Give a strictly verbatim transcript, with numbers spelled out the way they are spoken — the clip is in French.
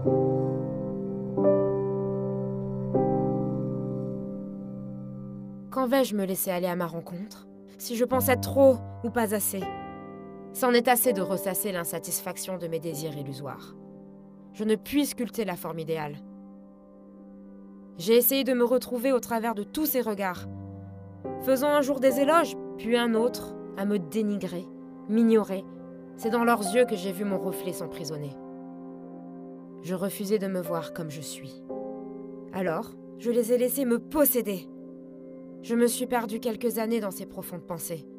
Quand vais-je me laisser aller à ma rencontre? Si je pense être trop ou pas assez? C'en est assez de ressasser l'insatisfaction de mes désirs illusoires. Je ne puis sculpter la forme idéale. J'ai essayé de me retrouver au travers de tous ces regards, faisant un jour des éloges, puis un autre, à me dénigrer, m'ignorer. C'est dans leurs yeux que j'ai vu mon reflet s'emprisonner. Je refusais de me voir comme je suis. Alors, je les ai laissés me posséder. Je me suis perdue quelques années dans ces profondes pensées.